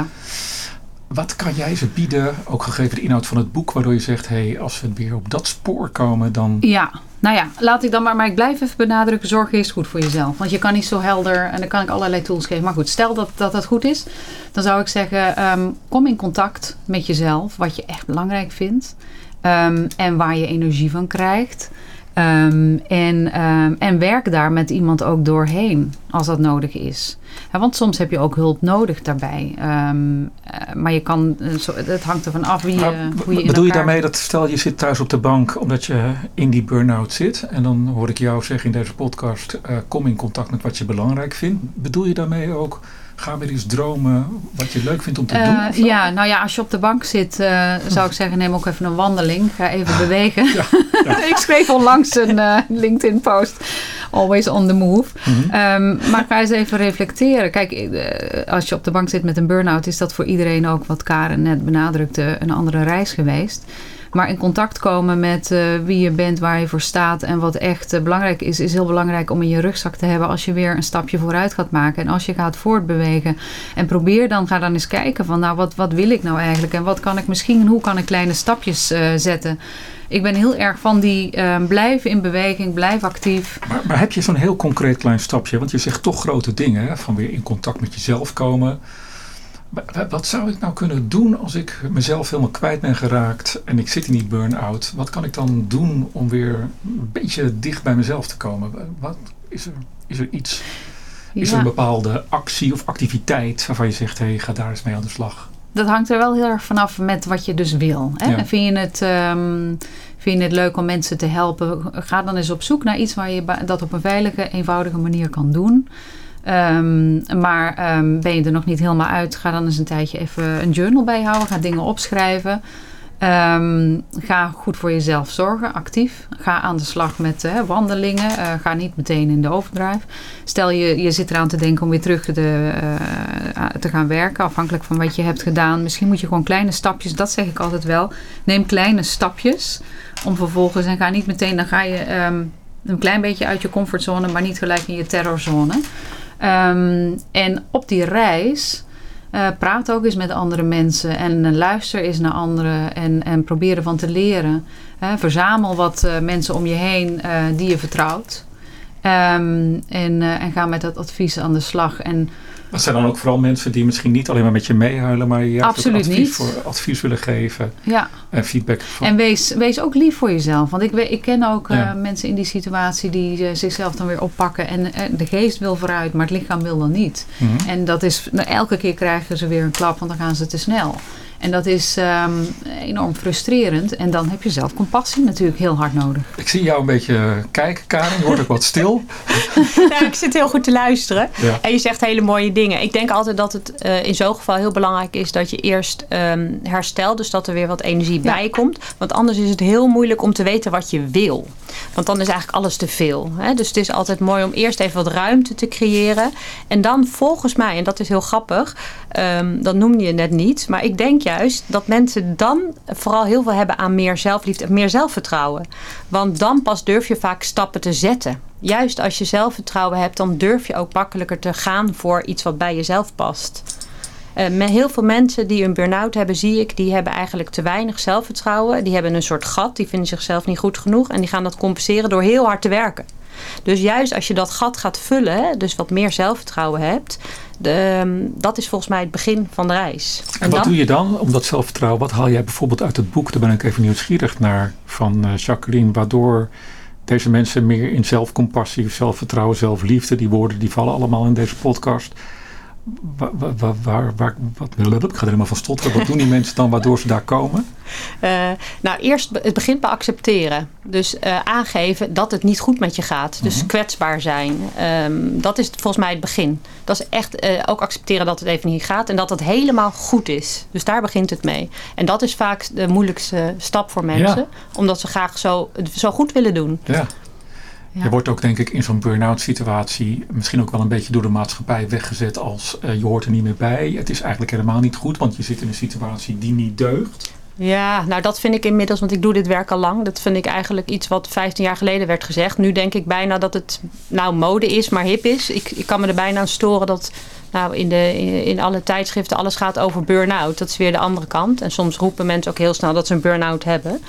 Wat kan jij ze bieden, ook gegeven de inhoud van het boek, waardoor je zegt, hé, hey, als we weer op dat spoor komen, dan... Ja, nou ja, laat ik dan maar, maar ik blijf even benadrukken, zorg eerst goed voor jezelf. Want je kan niet zo helder, en dan kan ik allerlei tools geven. Maar goed, stel dat dat, dat goed is, dan zou ik zeggen, um, kom in contact met jezelf, wat je echt belangrijk vindt. Um, en waar je energie van krijgt. Um, en, um, en werk daar met iemand ook doorheen, als dat nodig is. Ja, want soms heb je ook hulp nodig daarbij. Um, uh, maar je kan, uh, zo, het hangt ervan af wie je, maar, hoe je in bedoel elkaar... je daarmee dat stel je zit thuis op de bank omdat je in die burn-out zit. En dan hoor ik jou zeggen in deze podcast, uh, kom in contact met wat je belangrijk vindt. Bedoel je daarmee ook, ga weer eens dromen wat je leuk vindt om te uh, doen? Ja, nou ja, als je op de bank zit, uh, zou ik zeggen, neem ook even een wandeling. Ga even bewegen. Ja, ja. Ik schreef onlangs een uh, LinkedIn post. Always on the move. Mm-hmm. Um, maar ga eens even reflecteren. Kijk, uh, als je op de bank zit met een burn-out, is dat voor iedereen ook, wat Karen net benadrukte, een andere reis geweest. Maar in contact komen met uh, wie je bent, waar je voor staat en wat echt uh, belangrijk is, is heel belangrijk om in je rugzak te hebben als je weer een stapje vooruit gaat maken. En als je gaat voortbewegen. En probeer dan, ga dan eens kijken van nou, wat, wat wil ik nou eigenlijk? En wat kan ik misschien, hoe kan ik kleine stapjes uh, zetten? Ik ben heel erg van die uh, blijf in beweging, blijf actief. Maar, maar heb je zo'n heel concreet klein stapje? Want je zegt toch grote dingen, hè? Van weer in contact met jezelf komen. Wat zou ik nou kunnen doen als ik mezelf helemaal kwijt ben geraakt en ik zit in die burn-out? Wat kan ik dan doen om weer een beetje dicht bij mezelf te komen? Wat, is, er, is er iets? Is ja. er een bepaalde actie of activiteit waarvan je zegt, hé, hey, ga daar eens mee aan de slag? Dat hangt er wel heel erg vanaf met wat je dus wil. Hè? Ja. En vind je het... Um, Vind je het leuk om mensen te helpen? Ga dan eens op zoek naar iets waar je dat op een veilige, eenvoudige manier kan doen. Um, maar um, ben je er nog niet helemaal uit, ga dan eens een tijdje even een journal bijhouden. Ga dingen opschrijven. Um, ga goed voor jezelf zorgen, actief. Ga aan de slag met uh, wandelingen. Uh, ga niet meteen in de overdrive. Stel je, je zit eraan te denken om weer terug te, uh, te gaan werken. Afhankelijk van wat je hebt gedaan. Misschien moet je gewoon kleine stapjes, dat zeg ik altijd wel. Neem kleine stapjes. Om vervolgens, en ga niet meteen, dan ga je um, een klein beetje uit je comfortzone. Maar niet gelijk in je terrorzone. Um, en op die reis... Uh, praat ook eens met andere mensen en uh, luister eens naar anderen en, en probeer ervan te leren. Uh, verzamel wat uh, mensen om je heen uh, die je vertrouwt. Um, en, uh, en ga met dat advies aan de slag. En dat zijn dan ook vooral mensen die misschien niet alleen maar met je meehuilen, maar je absoluut advies, niet. Voor, advies willen geven. Ja. En feedback. Van. En wees, wees ook lief voor jezelf. Want ik, ik ken ook uh, ja. mensen in die situatie die uh, zichzelf dan weer oppakken. En uh, de geest wil vooruit, maar het lichaam wil dan niet. Mm-hmm. En dat is, nou, elke keer krijgen ze weer een klap, want dan gaan ze te snel. En dat is um, enorm frustrerend. En dan heb je zelf compassie natuurlijk heel hard nodig. Ik zie jou een beetje kijken, Karen. Je wordt ook wat stil. Nou, ik zit heel goed te luisteren. Ja. En je zegt hele mooie dingen. Ik denk altijd dat het uh, in zo'n geval heel belangrijk is dat je eerst um, herstelt. Dus dat er weer wat energie ja. bij komt. Want anders is het heel moeilijk om te weten wat je wil. Want dan is eigenlijk alles te veel. Hè? Dus het is altijd mooi om eerst even wat ruimte te creëren. En dan volgens mij, en dat is heel grappig. Um, dat noemde je net niet. Maar ik denk juist dat mensen dan vooral heel veel hebben aan meer zelfliefde en meer zelfvertrouwen. Want dan pas durf je vaak stappen te zetten. Juist als je zelfvertrouwen hebt, dan durf je ook makkelijker te gaan voor iets wat bij jezelf past. Uh, met heel veel mensen die een burn-out hebben, zie ik, die hebben eigenlijk te weinig zelfvertrouwen. Die hebben een soort gat, die vinden zichzelf niet goed genoeg. En die gaan dat compenseren door heel hard te werken. Dus juist als je dat gat gaat vullen, hè, dus wat meer zelfvertrouwen hebt, de, um, dat is volgens mij het begin van de reis. En, en wat dan, doe je dan om dat zelfvertrouwen? Wat haal jij bijvoorbeeld uit het boek, daar ben ik even nieuwsgierig naar, van uh, Jacqueline, waardoor deze mensen meer in zelfcompassie, zelfvertrouwen, zelfliefde, die woorden die vallen allemaal in deze podcast. Waar, waar, waar, waar, wat, ik ga er helemaal van stotteren. Wat doen die mensen dan waardoor ze daar komen? Uh, nou, eerst, het begint bij accepteren. Dus uh, aangeven dat het niet goed met je gaat. Dus mm-hmm. kwetsbaar zijn. Um, dat is volgens mij het begin. Dat is echt uh, ook accepteren dat het even niet gaat. En dat het helemaal goed is. Dus daar begint het mee. En dat is vaak de moeilijkste stap voor mensen. Ja. Omdat ze graag zo, zo goed willen doen. Ja. Ja. Je wordt ook denk ik in zo'n burn-out situatie misschien ook wel een beetje door de maatschappij weggezet als uh, je hoort er niet meer bij. Het is eigenlijk helemaal niet goed, want je zit in een situatie die niet deugt. Ja, nou dat vind ik inmiddels, want ik doe dit werk al lang. Dat vind ik eigenlijk iets wat vijftien jaar geleden werd gezegd. Nu denk ik bijna dat het nou mode is, maar hip is. Ik, ik kan me er bijna aan storen dat nou, in, de, in, in alle tijdschriften alles gaat over burn-out. Dat is weer de andere kant. En soms roepen mensen ook heel snel dat ze een burn-out hebben.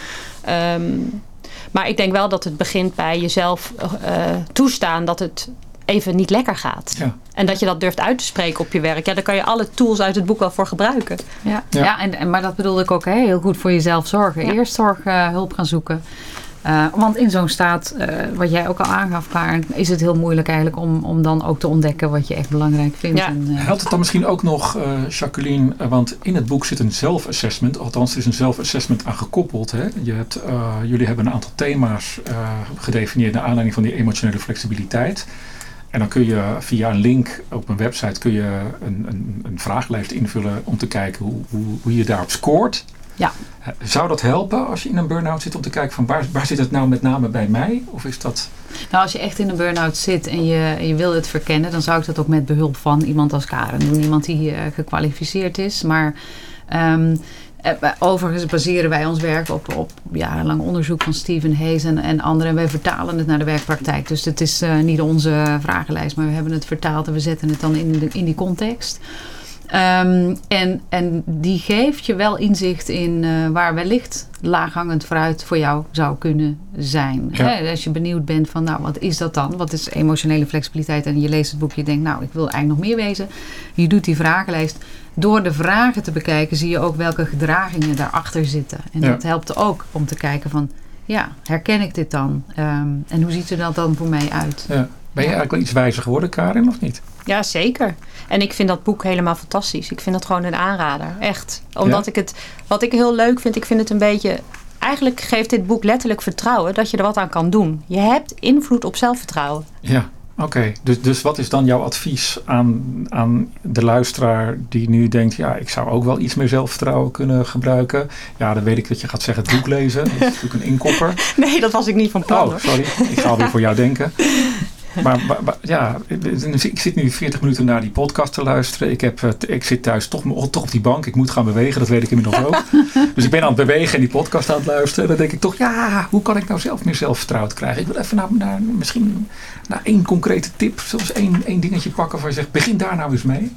Um, Maar ik denk wel dat het begint bij jezelf uh, toestaan dat het even niet lekker gaat. Ja. En dat je dat durft uit te spreken op je werk. Ja, daar kan je alle tools uit het boek wel voor gebruiken. Ja, ja. ja en, en, maar dat bedoelde ik ook hè, heel goed voor jezelf zorgen. Ja. Eerst zorg, uh, hulp gaan zoeken. Uh, want in zo'n staat, uh, wat jij ook al aangaf, Karen, is het heel moeilijk eigenlijk om, om dan ook te ontdekken wat je echt belangrijk vindt. Ja. En, uh, Helpt het dan misschien ook nog, uh, Jacqueline, uh, want in het boek zit een zelfassessment, althans er is een zelfassessment aan gekoppeld. Hè? Je hebt, uh, jullie hebben een aantal thema's uh, gedefinieerd naar aanleiding van die emotionele flexibiliteit. En dan kun je via een link op een website kun je een, een, een vragenlijst invullen om te kijken hoe, hoe, hoe je daarop scoort. Ja. Zou dat helpen als je in een burn-out zit om te kijken van waar, waar zit het nou met name bij mij? Of is dat... Nou, als je echt in een burn-out zit en je, je wil het verkennen, dan zou ik dat ook met behulp van iemand als Karen doen. Iemand die uh, gekwalificeerd is. Maar um, overigens baseren wij ons werk op, op jarenlang onderzoek van Stephen Hayes en, en anderen. En wij vertalen het naar de werkpraktijk. Dus het is uh, niet onze vragenlijst, maar we hebben het vertaald en we zetten het dan in, de, in die context. Um, en, en die geeft je wel inzicht in uh, waar wellicht laaghangend fruit voor jou zou kunnen zijn. Ja. Hè? Als je benieuwd bent van, nou, wat is dat dan? Wat is emotionele flexibiliteit? En je leest het boek, je denkt, nou, ik wil eigenlijk nog meer wezen. Je doet die vragenlijst. Door de vragen te bekijken zie je ook welke gedragingen daarachter zitten. En ja. dat helpt ook om te kijken van, ja, herken ik dit dan? Um, en hoe ziet er dat dan voor mij uit? Ja. Ben je eigenlijk wel iets wijzer geworden, Karin, of niet? Ja, zeker. En ik vind dat boek helemaal fantastisch. Ik vind dat gewoon een aanrader. Echt. Omdat ja? ik het... Wat ik heel leuk vind, ik vind het een beetje... Eigenlijk geeft dit boek letterlijk vertrouwen dat je er wat aan kan doen. Je hebt invloed op zelfvertrouwen. Ja, oké. Okay. Dus, dus wat is dan jouw advies aan, aan de luisteraar die nu denkt... ja, ik zou ook wel iets meer zelfvertrouwen kunnen gebruiken. Ja, dan weet ik dat je gaat zeggen het boek lezen. Dat is natuurlijk een inkopper. Nee, dat was ik niet van plan. Oh, sorry. Ik ga alweer voor jou denken. Maar, maar, maar ja, ik zit nu veertig minuten naar die podcast te luisteren. Ik, heb, ik zit thuis toch, toch op die bank. Ik moet gaan bewegen, dat weet ik inmiddels ook. Dus ik ben aan het bewegen en die podcast aan het luisteren. Dan denk ik toch, ja, hoe kan ik nou zelf meer zelfvertrouwen krijgen? Ik wil even naar, naar misschien naar één concrete tip. Zoals één, één dingetje pakken waar je zegt, begin daar nou eens mee.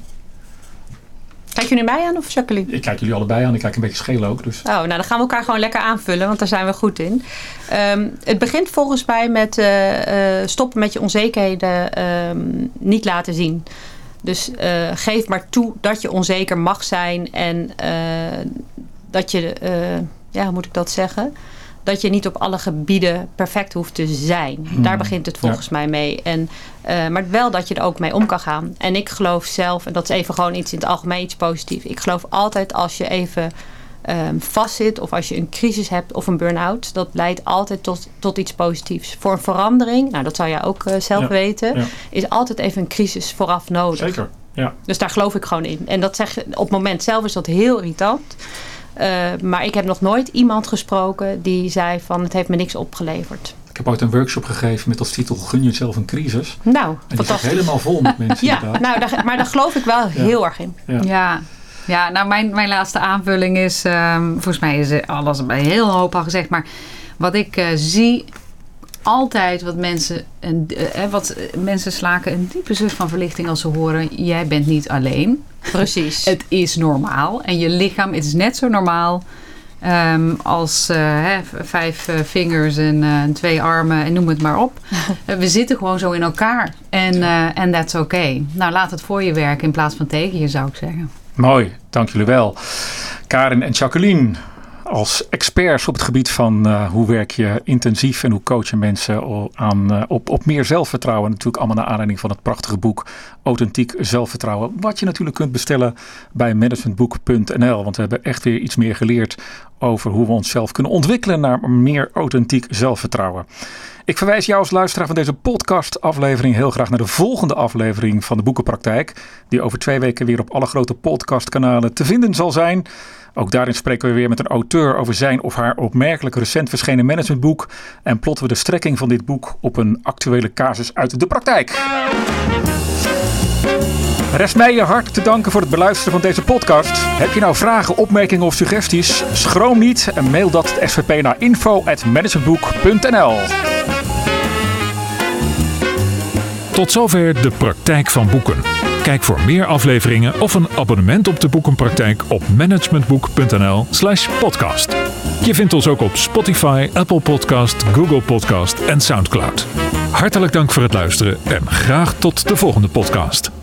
Kijk je nu mij aan of Jacqueline? Ik kijk jullie allebei aan. Ik kijk een beetje scheel ook. Dus. Oh, nou dan gaan we elkaar gewoon lekker aanvullen. Want daar zijn we goed in. Um, het begint volgens mij met uh, uh, stoppen met je onzekerheden um, niet laten zien. Dus uh, geef maar toe dat je onzeker mag zijn. En uh, dat je, uh, ja hoe moet ik dat zeggen? Dat je niet op alle gebieden perfect hoeft te zijn. Hmm. Daar begint het volgens ja. mij mee. En, uh, maar wel dat je er ook mee om kan gaan. En ik geloof zelf, en dat is even gewoon iets in het algemeen iets positiefs. Ik geloof altijd als je even um, vastzit of als je een crisis hebt of een burn-out. Dat leidt altijd tot, tot iets positiefs. Voor een verandering, nou dat zou jij ook uh, zelf ja. weten. Ja. Is altijd even een crisis vooraf nodig. Zeker, ja. Dus daar geloof ik gewoon in. En dat zeg, op het moment zelf is dat heel irritant. Uh, maar ik heb nog nooit iemand gesproken die zei van het heeft me niks opgeleverd. Ik heb ooit een workshop gegeven met als titel Gun jezelf een crisis. Nou, en die zit helemaal vol met mensen. Ja, nou, daar, maar daar geloof ik wel ja. heel erg in. Ja, ja. ja nou mijn, mijn laatste aanvulling is, um, volgens mij is alles bij heel hoop al gezegd, maar wat ik uh, zie altijd wat mensen, een, uh, wat mensen slaken een diepe zucht van verlichting als ze horen, jij bent niet alleen. Precies. Het is normaal. En je lichaam, het is net zo normaal Um, als uh, hè, vijf uh, vingers en uh, twee armen en noem het maar op. uh, we zitten gewoon zo in elkaar. En uh, and that's okay. Nou, laat het voor je werken in plaats van tegen je, zou ik zeggen. Mooi, dank jullie wel. Karin en Jacqueline, als experts op het gebied van uh, hoe werk je intensief en hoe coach je mensen aan, uh, op, op meer zelfvertrouwen. Natuurlijk allemaal naar aanleiding van het prachtige boek Authentiek Zelfvertrouwen. Wat je natuurlijk kunt bestellen bij managementboek punt n l. Want we hebben echt weer iets meer geleerd over hoe we onszelf kunnen ontwikkelen naar meer authentiek zelfvertrouwen. Ik verwijs jou als luisteraar van deze podcast-aflevering heel graag naar de volgende aflevering van de Boekenpraktijk. Die over twee weken weer op alle grote podcastkanalen te vinden zal zijn. Ook daarin spreken we weer met een auteur over zijn of haar opmerkelijk recent verschenen managementboek. En plotten we de strekking van dit boek op een actuele casus uit de praktijk. Rest mij je hart te danken voor het beluisteren van deze podcast. Heb je nou vragen, opmerkingen of suggesties? Schroom niet en mail dat het S V P naar info at managementboek punt n l. Tot zover de praktijk van boeken. Kijk voor meer afleveringen of een abonnement op de Boekenpraktijk op managementboek punt n l slash podcast. Je vindt ons ook op Spotify, Apple Podcast, Google Podcast en Soundcloud. Hartelijk dank voor het luisteren en graag tot de volgende podcast.